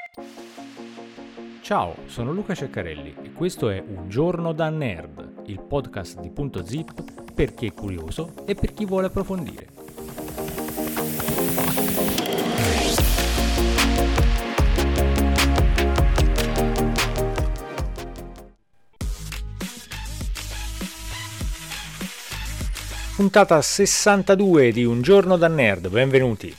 Ciao, sono Luca Ceccarelli e questo è Un giorno da nerd, il podcast di Punto Zip per chi è curioso e per chi vuole approfondire. Puntata 62 di Un giorno da nerd, benvenuti.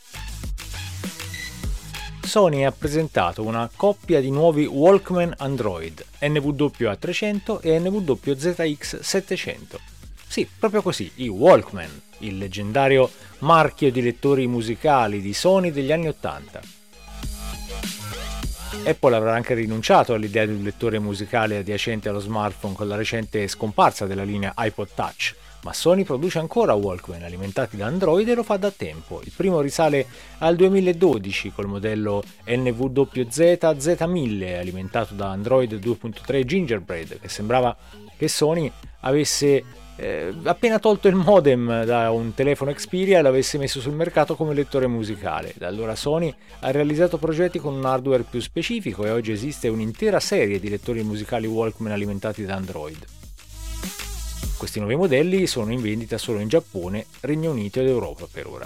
Sony ha presentato una coppia di nuovi Walkman Android, NWA300 e NWZX700. Sì, proprio così, i Walkman, il leggendario marchio di lettori musicali di Sony degli anni 80. Apple avrà anche rinunciato all'idea di un lettore musicale adiacente allo smartphone con la recente scomparsa della linea iPod Touch, ma Sony produce ancora Walkman alimentati da Android e lo fa da tempo. Il primo risale al 2012 col modello NWZ Z1000 alimentato da Android 2.3 Gingerbread, che sembrava che Sony avesse appena tolto il modem da un telefono Xperia e l'avesse messo sul mercato come lettore musicale. Da allora Sony ha realizzato progetti con un hardware più specifico e oggi esiste un'intera serie di lettori musicali Walkman alimentati da Android. Questi nuovi modelli sono in vendita solo in Giappone, Regno Unito ed Europa per ora.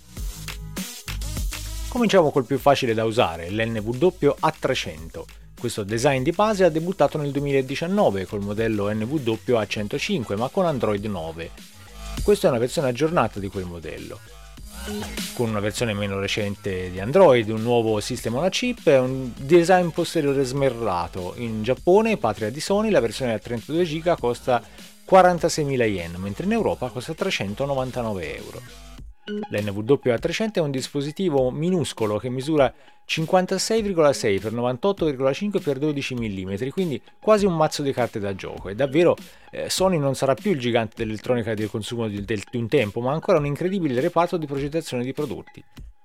Cominciamo col più facile da usare, l'NWA300. Questo design di base ha debuttato nel 2019 col modello NWA105 ma con Android 9. Questa è una versione aggiornata di quel modello, con una versione meno recente di Android, un nuovo sistema on chip e un design posteriore smerlato. In Giappone, patria di Sony, la versione da 32 GB costa 46.000 yen, mentre in Europa costa 399 euro. L'NWA300 è un dispositivo minuscolo che misura 56,6 x 98,5 x 12 mm, quindi quasi un mazzo di carte da gioco. E davvero Sony non sarà più il gigante dell'elettronica di consumo di un tempo, ma ancora un incredibile reparto di progettazione di prodotti.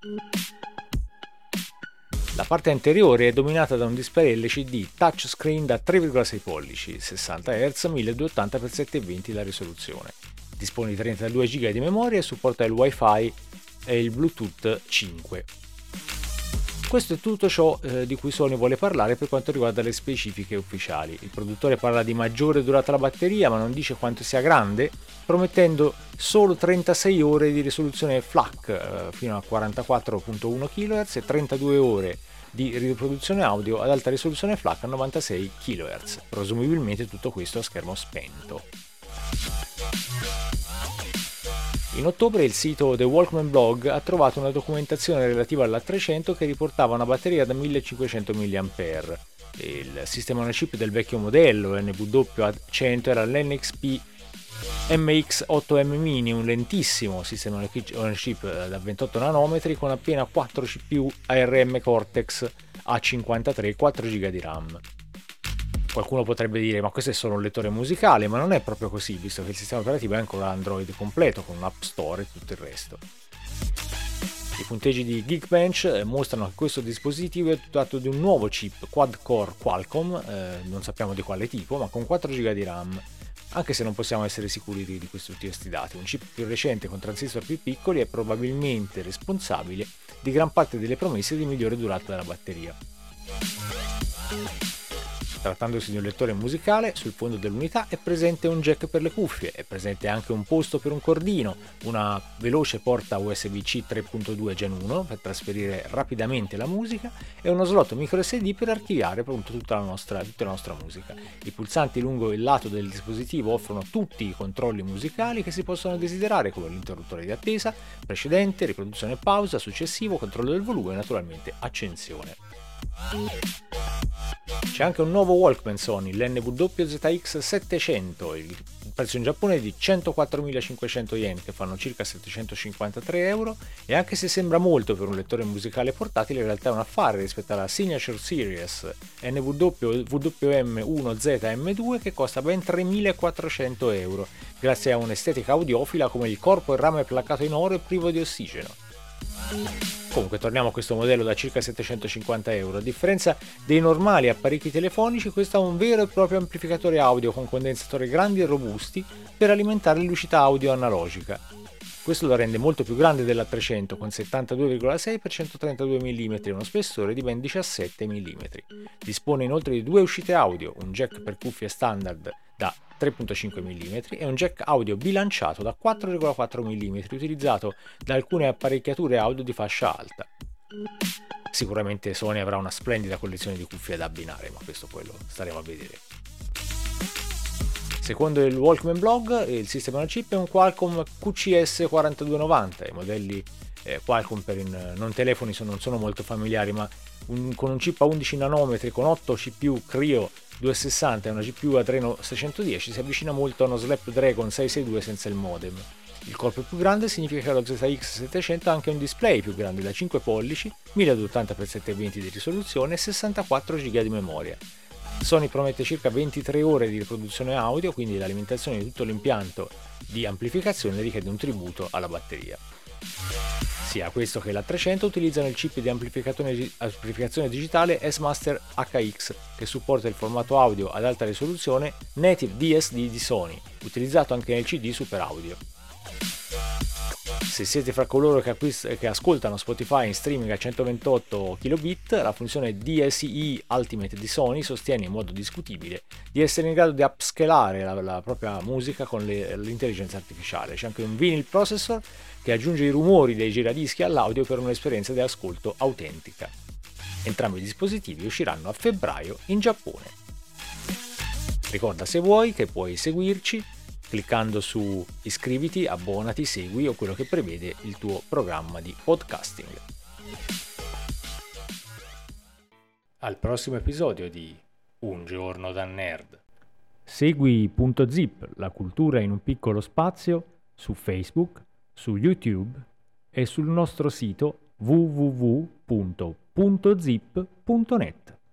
La parte anteriore è dominata da un display LCD touchscreen da 3,6 pollici, 60 Hz, 1280x720 la risoluzione. Dispone di 32 GB di memoria e supporta il Wi-Fi e il Bluetooth 5. Questo è tutto ciò di cui Sony vuole parlare per quanto riguarda le specifiche ufficiali. Il produttore parla di maggiore durata della batteria, ma non dice quanto sia grande, promettendo solo 36 ore di risoluzione FLAC fino a 44.1 kHz e 32 ore di riproduzione audio ad alta risoluzione FLAC a 96 kHz. Presumibilmente tutto questo a schermo spento. In ottobre il sito The Walkman Blog ha trovato una documentazione relativa all'A300 che riportava una batteria da 1500 mAh. Il sistema on chip del vecchio modello NWA100 era l'NXP MX8M Mini, un lentissimo sistema on chip da 28 nanometri con appena 4 CPU ARM Cortex A53 e 4 GB di RAM. Qualcuno potrebbe dire ma questo è solo un lettore musicale, ma non è proprio così, visto che il sistema operativo è ancora Android completo con un App Store e tutto il resto. I punteggi di Geekbench mostrano che questo dispositivo è dotato di un nuovo chip quad-core Qualcomm, non sappiamo di quale tipo, ma con 4 GB di RAM, anche se non possiamo essere sicuri di questi dati. Un chip più recente con transistor più piccoli è probabilmente responsabile di gran parte delle promesse di migliore durata della batteria. Trattandosi di un lettore musicale, sul fondo dell'unità è presente un jack per le cuffie, è presente anche un posto per un cordino, una veloce porta USB-C 3.2 Gen 1 per trasferire rapidamente la musica e uno slot micro SD per archiviare appunto tutta la nostra musica. I pulsanti lungo il lato del dispositivo offrono tutti i controlli musicali che si possono desiderare, come l'interruttore di attesa, precedente, riproduzione e pausa, successivo, controllo del volume e naturalmente accensione. C'è anche un nuovo Walkman Sony, l'NWZX700, il prezzo in Giappone è di 104.500 yen, che fanno circa 753 euro, e anche se sembra molto per un lettore musicale portatile, in realtà è un affare rispetto alla Signature Series NWM1ZM2 che costa ben 3.400 euro, grazie a un'estetica audiofila come il corpo e il rame placato in oro e privo di ossigeno. Comunque torniamo a questo modello da circa 750 euro. A differenza dei normali apparecchi telefonici, questo ha un vero e proprio amplificatore audio con condensatori grandi e robusti per alimentare l'uscita audio analogica. Questo lo rende molto più grande dell'A300 con 72,6 x 132 mm e uno spessore di ben 17 mm. Dispone inoltre di due uscite audio, un jack per cuffie standard da 3,5 mm e un jack audio bilanciato da 4,4 mm utilizzato da alcune apparecchiature audio di fascia alta. Sicuramente Sony avrà una splendida collezione di cuffie da abbinare, ma questo poi lo staremo a vedere. Secondo il Walkman Blog, il sistema on chip è un Qualcomm QCS4290. I modelli Qualcomm per i non telefoni non sono molto familiari, ma con un chip a 11 nanometri con 8 CPU Creo 260 e una GPU Adreno 610 si avvicina molto a uno Snapdragon 662 senza il modem. Il corpo più grande significa che lo ZX700 ha anche un display più grande da 5 pollici, 1080x720 di risoluzione e 64 GB di memoria. Sony promette circa 23 ore di riproduzione audio, quindi l'alimentazione di tutto l'impianto di amplificazione richiede un tributo alla batteria. Sia questo che l'A300 utilizzano il chip di amplificazione digitale S-Master HX, che supporta il formato audio ad alta risoluzione Native DSD di Sony, utilizzato anche nel CD Super Audio. Se siete fra coloro che ascoltano Spotify in streaming a 128 kilobit, la funzione DSI Ultimate di Sony sostiene in modo discutibile di essere in grado di upscalare la propria musica con l'intelligenza artificiale. C'è anche un vinyl processor che aggiunge i rumori dei giradischi all'audio per un'esperienza di ascolto autentica. Entrambi i dispositivi usciranno a febbraio in Giappone. Ricorda, se vuoi, che puoi seguirci cliccando su iscriviti, abbonati, segui o quello che prevede il tuo programma di podcasting. Al prossimo episodio di Un giorno da nerd. Segui Punto Zip, la cultura in un piccolo spazio, su Facebook, su YouTube e sul nostro sito www.puntozip.net.